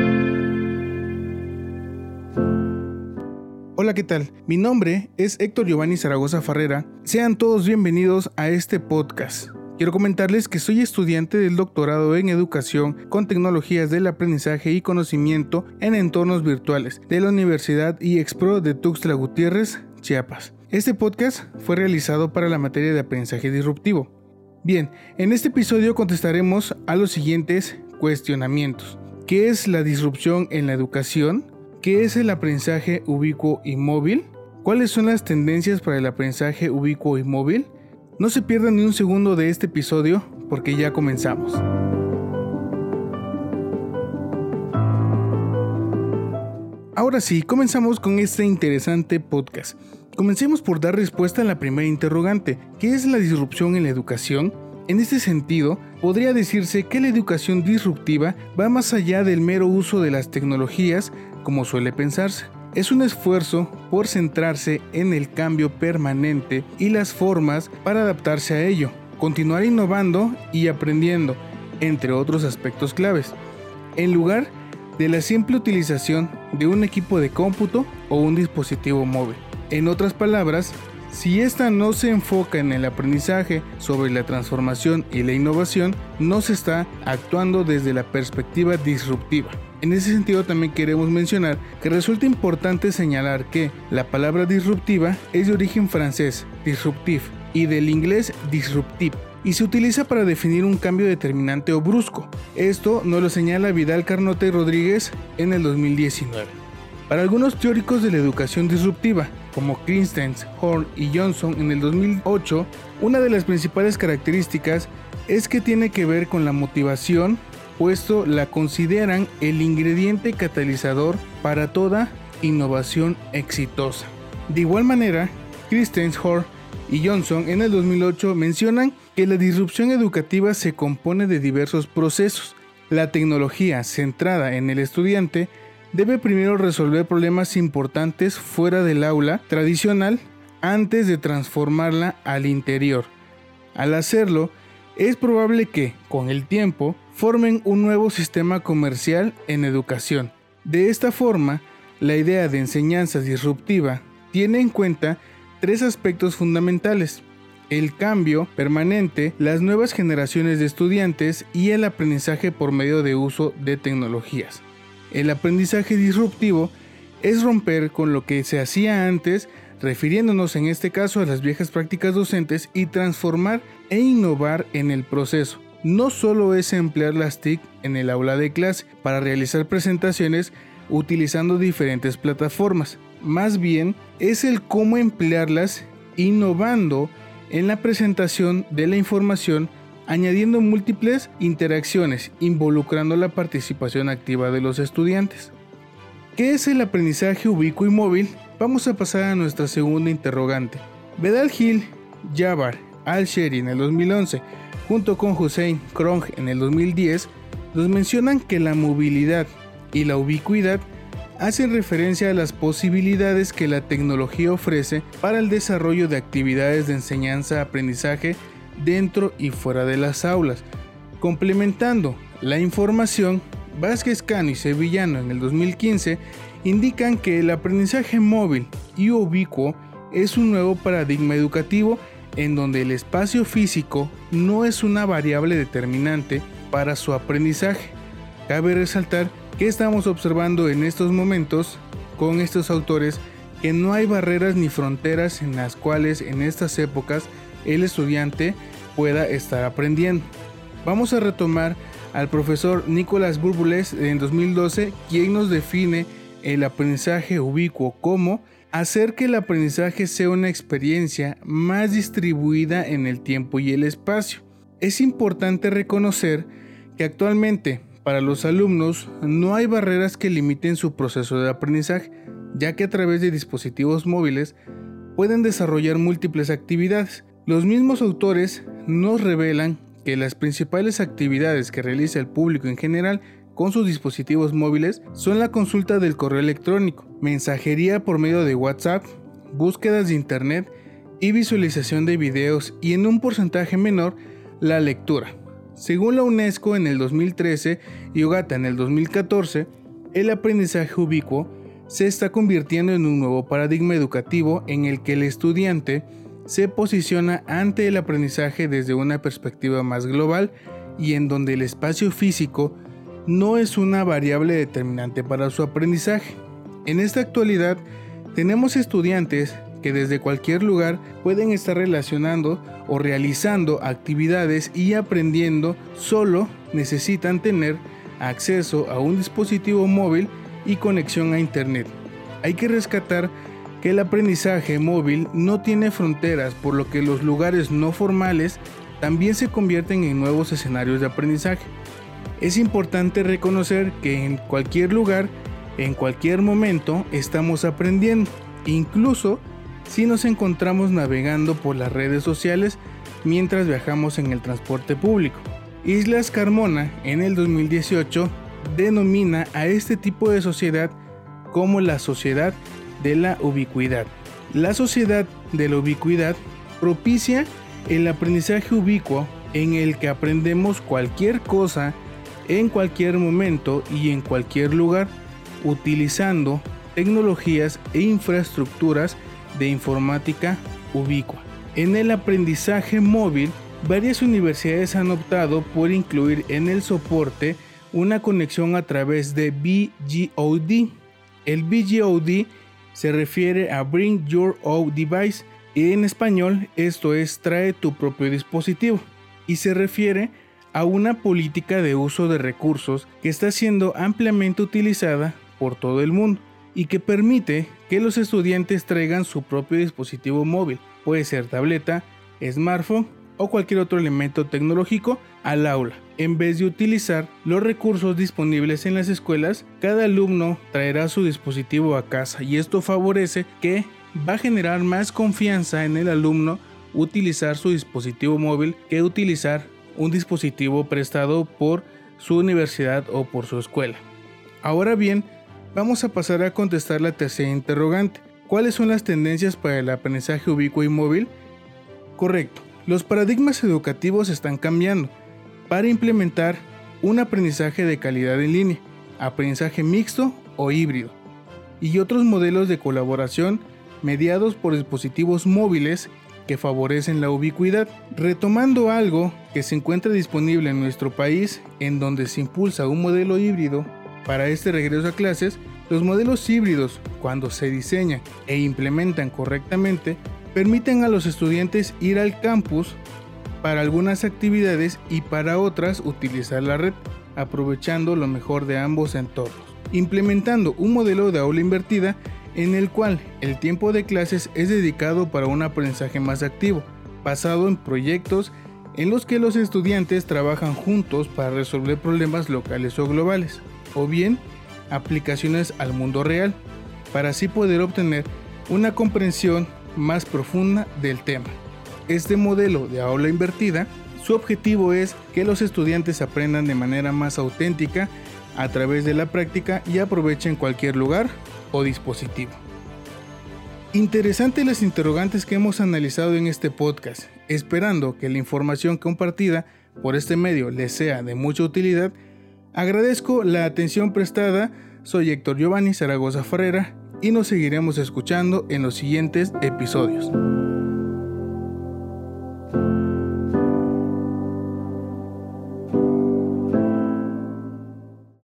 Hola, ¿qué tal? Mi nombre es Héctor Giovanni Zaragoza Farrera. Sean todos bienvenidos a este podcast. Quiero comentarles que soy estudiante del doctorado en Educación con Tecnologías del Aprendizaje y Conocimiento en Entornos Virtuales de la Universidad IEXPRO de Tuxtla Gutiérrez, Chiapas. Este podcast fue realizado para la materia de aprendizaje disruptivo. Bien, en este episodio contestaremos a los siguientes cuestionamientos. ¿Qué es la disrupción en la educación? ¿Qué es el aprendizaje ubicuo y móvil? ¿Cuáles son las tendencias para el aprendizaje ubicuo y móvil? No se pierdan ni un segundo de este episodio porque ya comenzamos. Ahora sí, comenzamos con este interesante podcast. Comencemos por dar respuesta a la primera interrogante. ¿Qué es la disrupción en la educación? En este sentido, podría decirse que la educación disruptiva va más allá del mero uso de las tecnologías, como suele pensarse. Es un esfuerzo por centrarse en el cambio permanente y las formas para adaptarse a ello, continuar innovando y aprendiendo, entre otros aspectos claves, en lugar de la simple utilización de un equipo de cómputo o un dispositivo móvil. En otras palabras, si esta no se enfoca en el aprendizaje sobre la transformación y la innovación, no se está actuando desde la perspectiva disruptiva. En ese sentido también queremos mencionar que resulta importante señalar que la palabra disruptiva es de origen francés, disruptif, y del inglés disruptive, y se utiliza para definir un cambio determinante o brusco. Esto nos lo señala Vidal Carnota y Rodríguez en el 2019. Para algunos teóricos de la educación disruptiva, como Christensen, Horn y Johnson en el 2008, una de las principales características es que tiene que ver con la motivación, puesto la consideran el ingrediente catalizador para toda innovación exitosa. De igual manera, Christensen, Horn y Johnson en el 2008 mencionan que la disrupción educativa se compone de diversos procesos. La tecnología centrada en el estudiante debe primero resolver problemas importantes fuera del aula tradicional antes de transformarla al interior. Al hacerlo, es probable que, con el tiempo, formen un nuevo sistema comercial en educación. De esta forma, la idea de enseñanza disruptiva tiene en cuenta tres aspectos fundamentales: el cambio permanente, las nuevas generaciones de estudiantes y el aprendizaje por medio de uso de tecnologías. El aprendizaje disruptivo es romper con lo que se hacía antes, refiriéndonos en este caso a las viejas prácticas docentes, y transformar e innovar en el proceso. No solo es emplear las TIC en el aula de clase para realizar presentaciones utilizando diferentes plataformas, más bien es el cómo emplearlas innovando en la presentación de la información, añadiendo múltiples interacciones, involucrando la participación activa de los estudiantes. ¿Qué es el aprendizaje ubicuo y móvil? Vamos a pasar a nuestra segunda interrogante. Bedal-Hill, Jabbar, Al-Sheri en el 2011, junto con Hussein Krong en el 2010, nos mencionan que la movilidad y la ubicuidad hacen referencia a las posibilidades que la tecnología ofrece para el desarrollo de actividades de enseñanza-aprendizaje dentro y fuera de las aulas. Complementando la información, Vázquez Cano y Sevillano en el 2015 indican que el aprendizaje móvil y ubicuo es un nuevo paradigma educativo en donde el espacio físico no es una variable determinante para su aprendizaje. Cabe resaltar que estamos observando en estos momentos con estos autores que no hay barreras ni fronteras en las cuales en estas épocas el estudiante pueda estar aprendiendo. Vamos a retomar al profesor Nicolás Bourboulez en 2012, quien nos define el aprendizaje ubicuo como hacer que el aprendizaje sea una experiencia más distribuida en el tiempo y el espacio. Es importante reconocer que actualmente para los alumnos no hay barreras que limiten su proceso de aprendizaje, ya que a través de dispositivos móviles pueden desarrollar múltiples actividades. Los mismos autores nos revelan que las principales actividades que realiza el público en general con sus dispositivos móviles son la consulta del correo electrónico, mensajería por medio de WhatsApp, búsquedas de internet y visualización de videos, y en un porcentaje menor la lectura. Según la UNESCO en el 2013 y Ogata en el 2014, el aprendizaje ubicuo se está convirtiendo en un nuevo paradigma educativo en el que el estudiante se posiciona ante el aprendizaje desde una perspectiva más global y en donde el espacio físico no es una variable determinante para su aprendizaje. En esta actualidad tenemos estudiantes que desde cualquier lugar pueden estar relacionando o realizando actividades y aprendiendo, solo necesitan tener acceso a un dispositivo móvil y conexión a internet. Hay que rescatar que el aprendizaje móvil no tiene fronteras, por lo que los lugares no formales también se convierten en nuevos escenarios de aprendizaje. Es importante reconocer que en cualquier lugar, en cualquier momento, estamos aprendiendo, incluso si nos encontramos navegando por las redes sociales mientras viajamos en el transporte público. Islas Carmona, en el 2018, denomina a este tipo de sociedad como la sociedad de la ubicuidad. La sociedad de la ubicuidad propicia el aprendizaje ubicuo en el que aprendemos cualquier cosa en cualquier momento y en cualquier lugar, utilizando tecnologías e infraestructuras de informática ubicua. En el aprendizaje móvil, varias universidades han optado por incluir en el soporte una conexión a través de BYOD. El BYOD se refiere a Bring Your Own Device y en español esto es trae tu propio dispositivo y se refiere a una política de uso de recursos que está siendo ampliamente utilizada por todo el mundo y que permite que los estudiantes traigan su propio dispositivo móvil, puede ser tableta, smartphone o cualquier otro elemento tecnológico al aula. En vez de utilizar los recursos disponibles en las escuelas, cada alumno traerá su dispositivo a casa y esto favorece que va a generar más confianza en el alumno utilizar su dispositivo móvil que utilizar un dispositivo prestado por su universidad o por su escuela. Ahora bien, vamos a pasar a contestar la tercera interrogante. ¿Cuáles son las tendencias para el aprendizaje ubicuo y móvil? Correcto. Los paradigmas educativos están cambiando para implementar un aprendizaje de calidad en línea, aprendizaje mixto o híbrido, y otros modelos de colaboración mediados por dispositivos móviles que favorecen la ubicuidad. Retomando algo que se encuentra disponible en nuestro país, en donde se impulsa un modelo híbrido para este regreso a clases, los modelos híbridos, cuando se diseñan e implementan correctamente, permiten a los estudiantes ir al campus para algunas actividades y para otras utilizar la red, aprovechando lo mejor de ambos entornos, implementando un modelo de aula invertida en el cual el tiempo de clases es dedicado para un aprendizaje más activo, basado en proyectos en los que los estudiantes trabajan juntos para resolver problemas locales o globales, o bien aplicaciones al mundo real, para así poder obtener una comprensión más profunda del tema. Este modelo de aula invertida, su objetivo es que los estudiantes aprendan de manera más auténtica a través de la práctica y aprovechen cualquier lugar o dispositivo. Interesantes las interrogantes que hemos analizado en este podcast, esperando que la información compartida por este medio les sea de mucha utilidad. Agradezco la atención prestada, soy Héctor Giovanni Zaragoza Ferrera y nos seguiremos escuchando en los siguientes episodios.